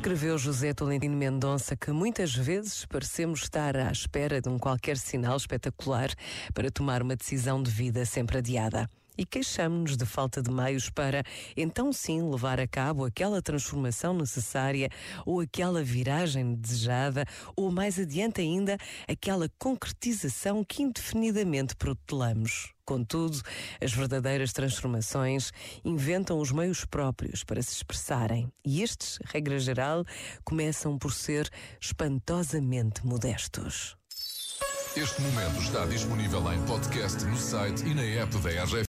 Escreveu José Tolentino Mendonça que muitas vezes parecemos estar à espera de um qualquer sinal espetacular para tomar uma decisão de vida sempre adiada. E queixamo-nos de falta de meios para, então sim, levar a cabo aquela transformação necessária ou aquela viragem desejada ou, mais adiante ainda, aquela concretização que indefinidamente protelamos. Contudo, as verdadeiras transformações inventam os meios próprios para se expressarem e estes, regra geral, começam por ser espantosamente modestos. Este momento está disponível em podcast no site e na app da RGF.